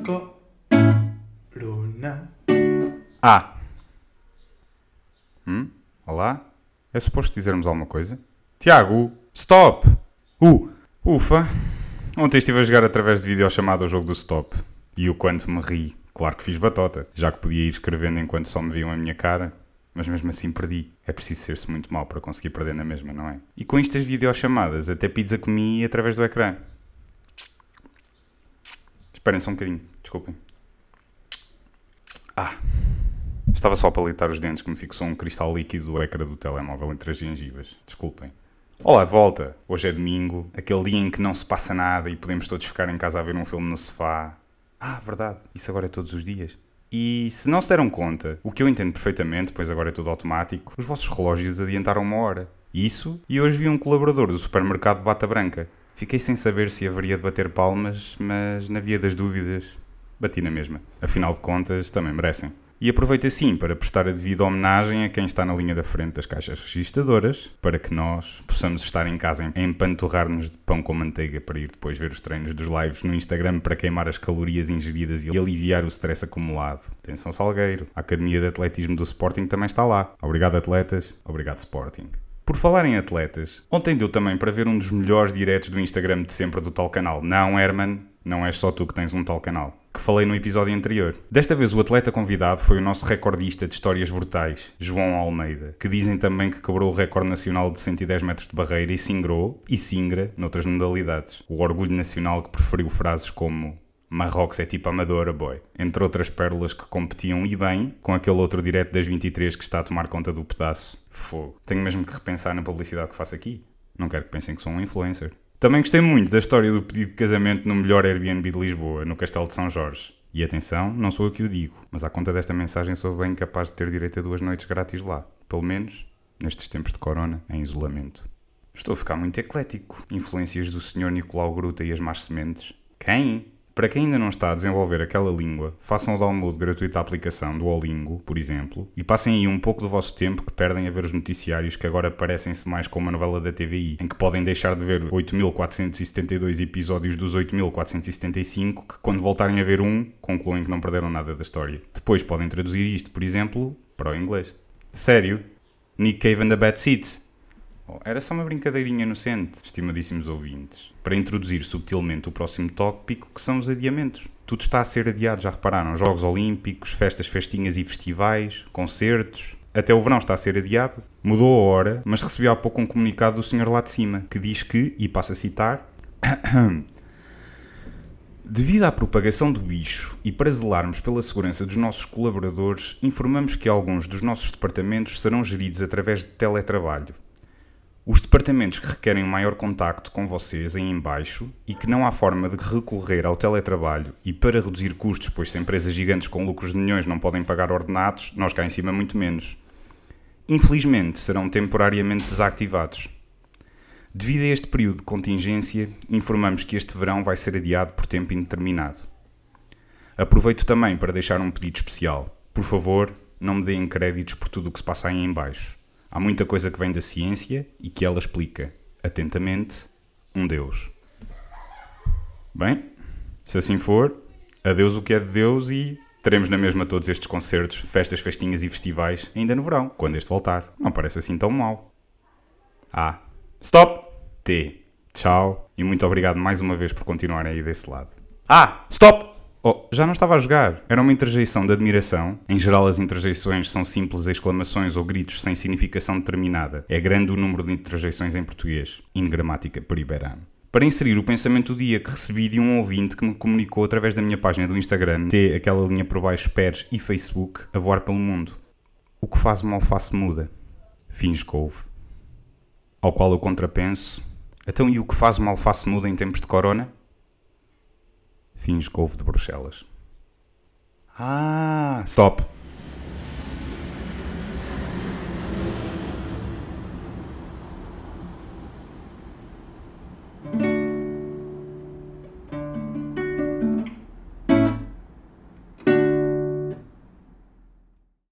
Corona. Olá? É suposto dizermos alguma coisa? Tiago! Stop! Ufa! Ontem estive a jogar através de videochamada o jogo do Stop. E o quanto me ri. Claro que fiz batota, já que podia ir escrevendo enquanto só me viam a minha cara. Mas mesmo assim perdi. É preciso ser-se muito mau para conseguir perder na mesma, não é? E com estas videochamadas, até pizza comi através do ecrã. Esperem só um bocadinho, desculpem. Estava só a palitar os dentes que me fixou um cristal líquido do ecrã do telemóvel entre as gengivas. Desculpem. Olá de volta. Hoje é domingo, aquele dia em que não se passa nada e podemos todos ficar em casa a ver um filme no sofá. Verdade. Isso agora é todos os dias. E se não se deram conta, o que eu entendo perfeitamente, pois agora é tudo automático, os vossos relógios adiantaram 1 hora. Isso, e hoje vi um colaborador do supermercado Bata Branca. Fiquei sem saber se haveria de bater palmas, mas na via das dúvidas, bati na mesma. Afinal de contas, também merecem. E aproveito assim para prestar a devida homenagem a quem está na linha da frente das caixas registadoras, para que nós possamos estar em casa a empanturrar-nos de pão com manteiga para ir depois ver os treinos dos lives no Instagram para queimar as calorias ingeridas e aliviar o stress acumulado. Atenção Salgueiro, a Academia de Atletismo do Sporting também está lá. Obrigado atletas, obrigado Sporting. Por falar em atletas, ontem deu também para ver um dos melhores diretos do Instagram de sempre do tal canal. Não, Herman, não és só tu que tens um tal canal. Que falei no episódio anterior. Desta vez o atleta convidado foi o nosso recordista de histórias brutais, João Almeida, que dizem também que quebrou o recorde nacional de 110 metros de barreira e singra noutras modalidades. O orgulho nacional que preferiu frases como Marrocos é tipo Amadora, boy. Entre outras pérolas que competiam e bem com aquele outro direto das 23 que está a tomar conta do pedaço. Fogo. Tenho mesmo que repensar na publicidade que faço aqui. Não quero que pensem que sou um influencer. Também gostei muito da história do pedido de casamento no melhor Airbnb de Lisboa, no Castelo de São Jorge. E atenção, não sou eu que o digo, mas à conta desta mensagem sou bem capaz de ter direito a 2 noites grátis lá. Pelo menos, nestes tempos de corona, em isolamento. Estou a ficar muito eclético. Influências do Sr. Nicolau Gruta e as más sementes. Quem? Para quem ainda não está a desenvolver aquela língua, façam o download gratuito da aplicação do Olingo, por exemplo, e passem aí um pouco do vosso tempo que perdem a ver os noticiários que agora parecem-se mais com uma novela da TVI, em que podem deixar de ver 8.472 episódios dos 8.475, que quando voltarem a ver concluem que não perderam nada da história. Depois podem traduzir isto, por exemplo, para o inglês. Sério? Nick Cave and the Bad Seeds? Era só uma brincadeirinha inocente, estimadíssimos ouvintes, para introduzir subtilmente o próximo tópico, que são os adiamentos. Tudo está a ser adiado, já repararam? Jogos Olímpicos, festinhas e festivais, concertos. Até o verão está a ser adiado. Mudou a hora, mas recebi há pouco um comunicado do senhor lá de cima, que diz que, e passo a citar... Devido à propagação do bicho e para zelarmos pela segurança dos nossos colaboradores, informamos que alguns dos nossos departamentos serão geridos através de teletrabalho. Os departamentos que requerem um maior contacto com vocês em baixo e que não há forma de recorrer ao teletrabalho e para reduzir custos, pois se empresas gigantes com lucros de milhões não podem pagar ordenados, nós cá em cima muito menos. Infelizmente serão temporariamente desativados. Devido a este período de contingência, informamos que este verão vai ser adiado por tempo indeterminado. Aproveito também para deixar um pedido especial. Por favor, não me deem créditos por tudo o que se passa aí em baixo. Há muita coisa que vem da ciência e que ela explica. Atentamente, um Deus. Bem, se assim for, adeus o que é de Deus e teremos na mesma todos estes concertos, festas, festinhas e festivais ainda no verão, quando este voltar. Não parece assim tão mau. Stop! Tchau e muito obrigado mais uma vez por continuarem aí desse lado. Stop! Já não estava a jogar. Era uma interjeição de admiração. Em geral as interjeições são simples exclamações ou gritos sem significação determinada. É grande o número de interjeições em português. In gramática per iberam. Para inserir o pensamento do dia que recebi de um ouvinte que me comunicou através da minha página do Instagram, aquela linha por baixo, Pérez e Facebook, a voar pelo mundo. O que faz uma alface muda? Finge couve. Ao qual eu contrapenso. Então e o que faz uma alface muda em tempos de corona? Finge couve de Bruxelas. Stop.